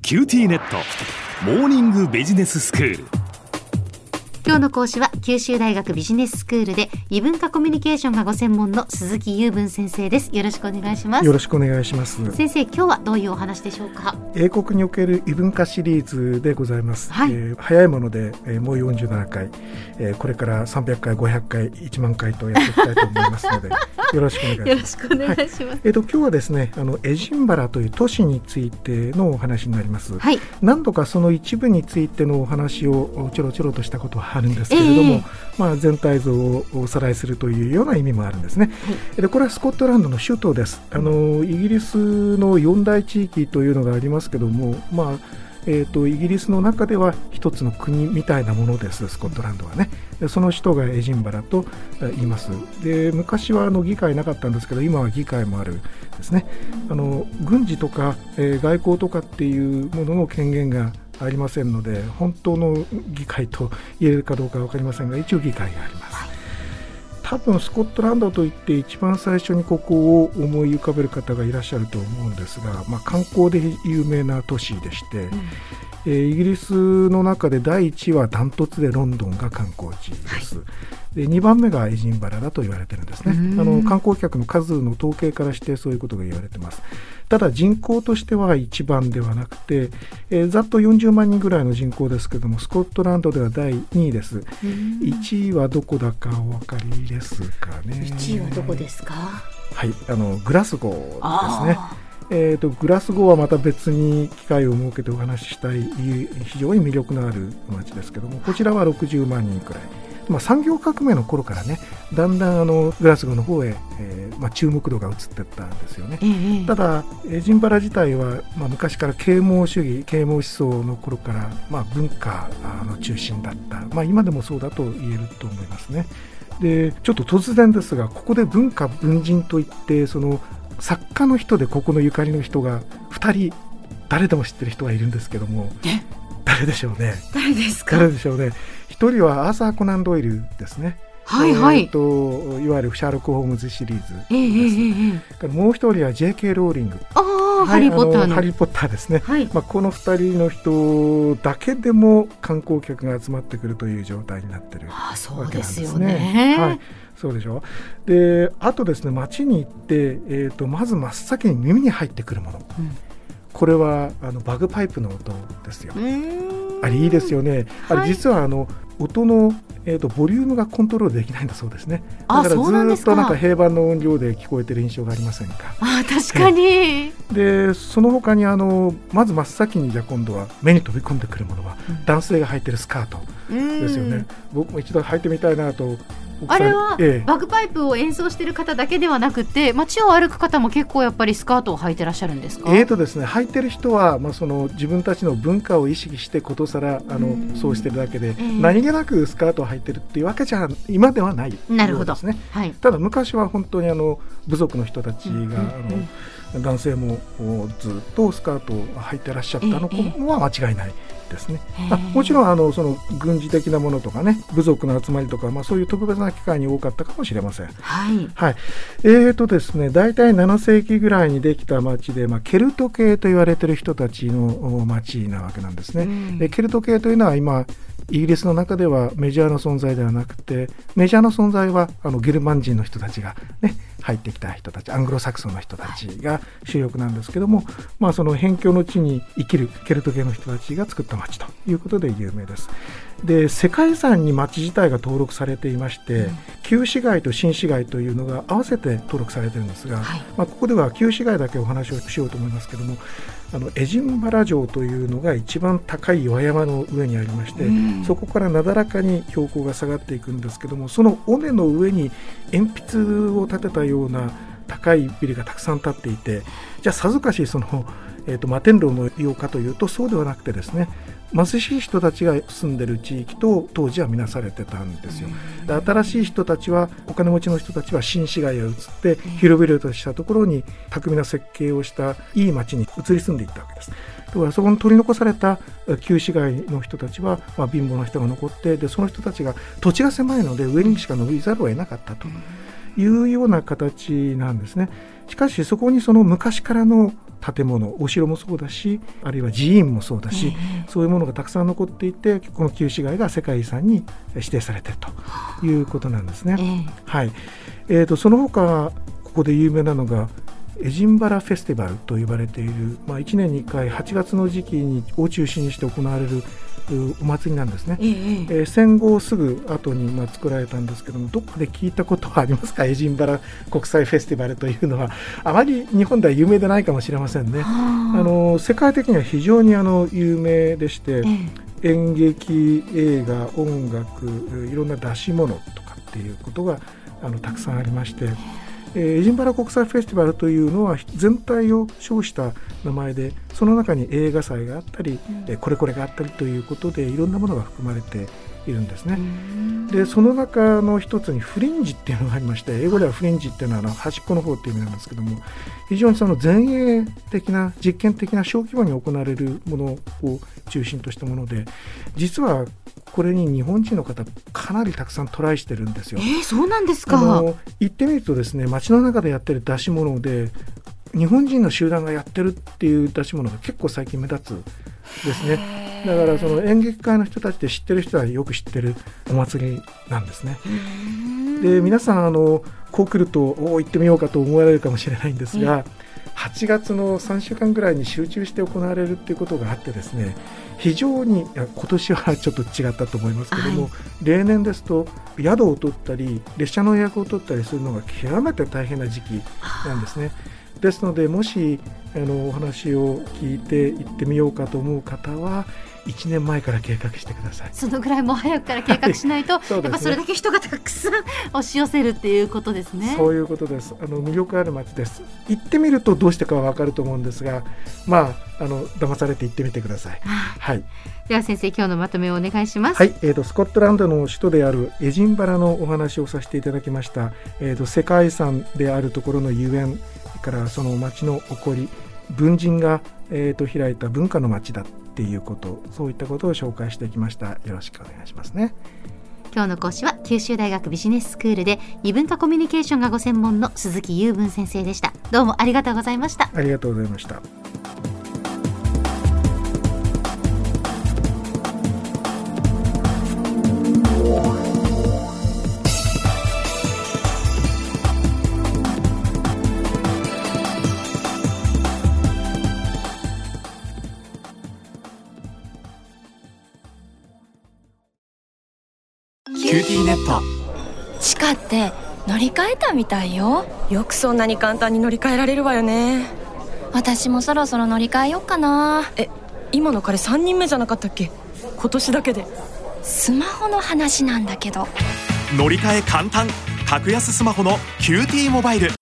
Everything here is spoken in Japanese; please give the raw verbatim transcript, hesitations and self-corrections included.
キューティーネットモーニングビジネススクール。 今日の講師は九州大学ビジネススクールで異文化コミュニケーションがご専門の鈴木雄文先生です。よろしくお願いします。 よろしくお願いします。 先生、今日はどういうお話でしょうか？ 英国における異文化シリーズでございます、はい。えー、早いもので、えー、もうよんじゅうななかい、えー、これからさんびゃっかい、ごひゃっかい、いちまんかいとやっていきたいと思いますのでよろしくお願いします。 よろしくお願いします、はい。 えー、と今日はですね、あのエジンバラという都市についてのお話になります、はい。何度かその一部についてのお話をちょろちょろとしたことはあるんですけれども、えーまあ、全体像をおさらいするというような意味もあるんですね、はい。でこれはスコットランドの首都です。あのイギリスのよん大地域というのがありますけども、まあえー、とイギリスの中では一つの国みたいなものです。スコットランドはね。でその首都がエジンバラと言います。で昔はあの議会なかったんですけど、今は議会もあるですね。あの軍事とか、えー、外交とかっていうものの権限がありませんので、本当の議会と言えるかどうか分かりませんが、一応議会があります、はい。多分スコットランドといって一番最初にここを思い浮かべる方がいらっしゃると思うんですが、まあ、観光で有名な都市でして、うん、えー、イギリスの中でだいいちいはダントツでロンドンが観光地です、はい。でにばんめがエジンバラだと言われてるんですね。あの観光客の数の統計からしてそういうことが言われてます。ただ人口としてはいちばんではなくて、えー、ざっとよんじゅうまんにんぐらいの人口ですけども、スコットランドではだいにいです。いちいはどこだかお分かりですかね。 いちいはどこですか？ はい、あのグラスゴーですね。えー、とグラスゴーはまた別に機会を設けてお話ししたい非常に魅力のある街ですけども、こちらはろくじゅうまんにんくらい。まあ、産業革命の頃からね、だんだんあのグラスゴーの方へ、えーまあ、注目度が移っていったんですよね、ええ。ただエジンバラ自体は、まあ、昔から啓蒙主義啓蒙思想の頃から、まあ、文化の中心だった、まあ、今でもそうだと言えると思いますね。でちょっと突然ですが、ここで文化文人といってその作家の人でここのゆかりの人がふたり誰でも知ってる人がいるんですけども、誰でしょうね。 誰ですか？ 誰でしょうね。一人はアーサー・コナン・ドイルですね。 はいはい。 えー、といわゆるシャーロック・ホームズシリーズです、 えーえー、 もう一人は ジェーケー ローリング。 あ、はい、ハリー・ポッターのハリー・ポッターですね、 はい。 まあ、このふたりの人だけでも観光客が集まってくるという状態になっているわけなんですね。 そうですよね、 はい、そうでしょう。であとですね、街に行って、えー、とまず真っ先に耳に入ってくるもの、うん、これはあのバグパイプの音ですよ。あれいいですよね、はい。あれ実はあの音の、えー、とボリュームがコントロールできないんだそうですね。だからずっとなんか平板の音量で聞こえてる印象がありませんか？ あ、確かに。 でその他にあのまず真っ先にじゃあ今度は目に飛び込んでくるものは、うん、男性が履いてるスカートですよね。僕も一度履いてみたいなと。 あれはバグパイプを演奏している方だけではなくて、街を歩く方も結構やっぱりスカートを履いてらっしゃるんですか？ えーとですね、履いてる人は、まあ、その自分たちの文化を意識してことさらあのそうしてるだけで、えー、何気なくスカートを履いてるっていうわけじゃ今ではないですね。 なるほど、はい。 ただ昔は本当にあの部族の人たちが、うんうんうん、あの男性もずっとスカートを履いてらっしゃったのは間違いないですね。あ、もちろんあのその軍事的なものとかね、部族の集まりとか、まあ、そういう特別な機会に多かったかもしれません。 はいはい。えーとですね、だいたいななせいきぐらいにできた町で、まあ、ケルト系と言われている人たちの町なわけなんですね、うん、でケルト系というのは今イギリスの中ではメジャーな存在ではなくて、メジャーな存在はあのゲルマン人の人たちが、ね、入ってきた人たち、アングロサクソンの人たちが主力なんですけども、まあ、その辺境の地に生きるケルト系の人たちが作った町ということで有名です。で世界遺産に町自体が登録されていまして、うん、旧市街と新市街というのが合わせて登録されているんですが、はい、まあ、ここでは旧市街だけお話をしようと思いますけども、あのエジンバラ城というのが一番高い岩山の上にありまして、うん、そこからなだらかに標高が下がっていくんですけども、その尾根の上に鉛筆を立てたような高いビルがたくさん建っていて、じゃあさぞかしその、えーと、摩天楼のようかというとそうではなくてですね、貧しい人たちが住んでる地域と当時は見なされてたんですよ。で新しい人たちは、お金持ちの人たちは新市街へ移って広々としたところに巧みな設計をしたいい町に移り住んでいったわけです。だからそこに取り残された旧市街の人たちは、まあ、貧乏な人が残って、でその人たちが土地が狭いので上にしか伸びざるを得なかったというような形なんですね。しかしそこにその昔からの建物、お城もそうだし、あるいは寺院もそうだし、えー、そういうものがたくさん残っていて、この旧市街が世界遺産に指定されているということなんですね、えーはいえー、とその他ここで有名なのがエジンバラフェスティバルと呼ばれている、まあ、いちねんにいっかいはちがつの時期にを中心にして行われるお祭りなんですね、えーえー、戦後すぐ後にまあ作られたんですけども、どっかで聞いたことはありますか？エジンバラ国際フェスティバルというのはあまり日本では有名でないかもしれませんね。あの世界的には非常にあの有名でして、えー、演劇、映画、音楽、いろんな出し物とかっていうことがあのたくさんありまして、エジンバラ国際フェスティバルというのは全体を称した名前で、その中に映画祭があったり、うん、これこれがあったりということでいろんなものが含まれているんですね。でその中の一つにフリンジっていうのがありまして、英語ではフリンジっていうのはあの端っこの方っていう意味なんですけども、非常にその前衛的な実験的な小規模に行われるものを中心としたもので、実はこれに日本人の方かなりたくさんトライしてるんですよ。 えー、そうなんですか。 あの行ってみるとですね、街の中でやってる出し物で日本人の集団がやってるっていう出し物が結構最近目立つですね。だからその演劇界の人たちで知ってる人はよく知ってるお祭りなんですね。で皆さんあのこう来るとお行ってみようかと思われるかもしれないんですが、はちがつのさんしゅうかんぐらいに集中して行われるっていうことがあってですね、非常に今年はちょっと違ったと思いますけども、はい、例年ですと宿を取ったり列車の予約を取ったりするのが極めて大変な時期なんですね。ですのでもしあのお話を聞いて行ってみようかと思う方はいちねんまえから計画してください。 そのぐらいも早くから計画しないと、はい、やっぱそれだけ人がたくさん押し寄せるっていうことですね。 そういうことです。あの魅力ある街です。行ってみるとどうしてかは分かると思うんですが、まあ、あの騙されて行ってみてください。はい、 では先生、今日のまとめをお願いします。 はい、えーと、スコットランドの首都であるエジンバラのお話をさせていただきました。えーと、世界遺産であるところのゆえんからその街の起こり、文人が、えーと開いた文化の街だっていうこと、そういったことを紹介してきました。よろしくお願いしますね。 今日の講師は九州大学ビジネススクールで異文化コミュニケーションがご専門の鈴木雄文先生でした。どうもありがとうございました。 ありがとうございました。 キューティーネット。 地下って乗り換えたみたいよ。よくそんなに簡単に乗り換えられるわよね。私もそろそろ乗り換えよっかな。 え、今の彼さんにんめじゃなかったっけ？今年だけで。 スマホの話なんだけど。 乗り換え簡単、格安スマホの キューティー モバイル。